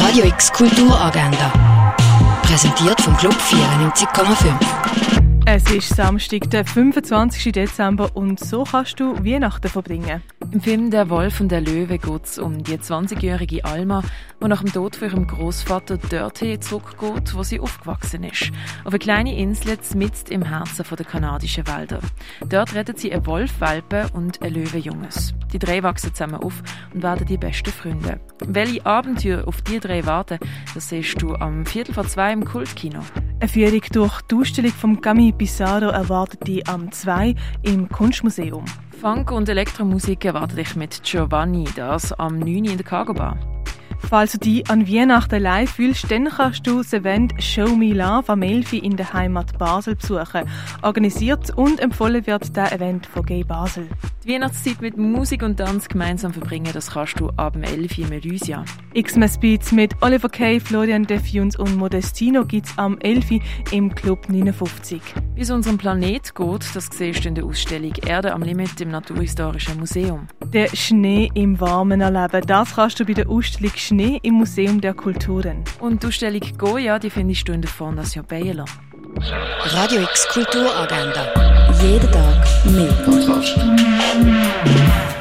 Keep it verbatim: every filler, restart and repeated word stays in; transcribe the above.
Radio X Kulturagenda. Präsentiert vom Club vierundneunzig Komma fünf. Es ist Samstag, der fünfundzwanzigsten Dezember und so kannst du Weihnachten verbringen. Im Film «Der Wolf und der Löwe» geht es um die zwanzigjährige Alma, die nach dem Tod von ihrem Großvater dorthin zurückgeht, wo sie aufgewachsen ist. Auf eine kleine Insel mitten im Herzen der kanadischen Wälder. Dort rettet sie einen Wolfwelpe und ein Löwenjunges. Die drei wachsen zusammen auf und werden die besten Freunde. Welche Abenteuer auf die drei warten, das siehst du am Viertel vor zwei im Kultkino. Eine Führung durch die Ausstellung von Camille Pissarro erwartet dich am zwei im Kunstmuseum. Funk und Elektromusik erwartet dich mit Giovanni, das am neun in der Cargo Bar. Falls du dich an Weihnachten live fühlst, dann kannst du das Event «Show Me Love» am elf in der Heimat Basel besuchen. Organisiert und empfohlen wird der Event von Gay Basel. Die Weihnachtszeit mit Musik und Tanz gemeinsam verbringen, das kannst du ab dem elf im Elysia. Xmas Beats mit Oliver Kay, Florian Defiuns und Modestino gibt's am elf im Club neunundfünfzig. Wie es unserem Planet geht, das siehst du in der Ausstellung «Erde am Limit» im Naturhistorischen Museum. Der Schnee im Warmen erleben, das kannst du bei der Ausstellung «Schnee» im Museum der Kulturen. Und die Ausstellung «Goya», die findest du in der Fondation Bayerland. Radio X Kulturagenda. Jeden Tag mehr.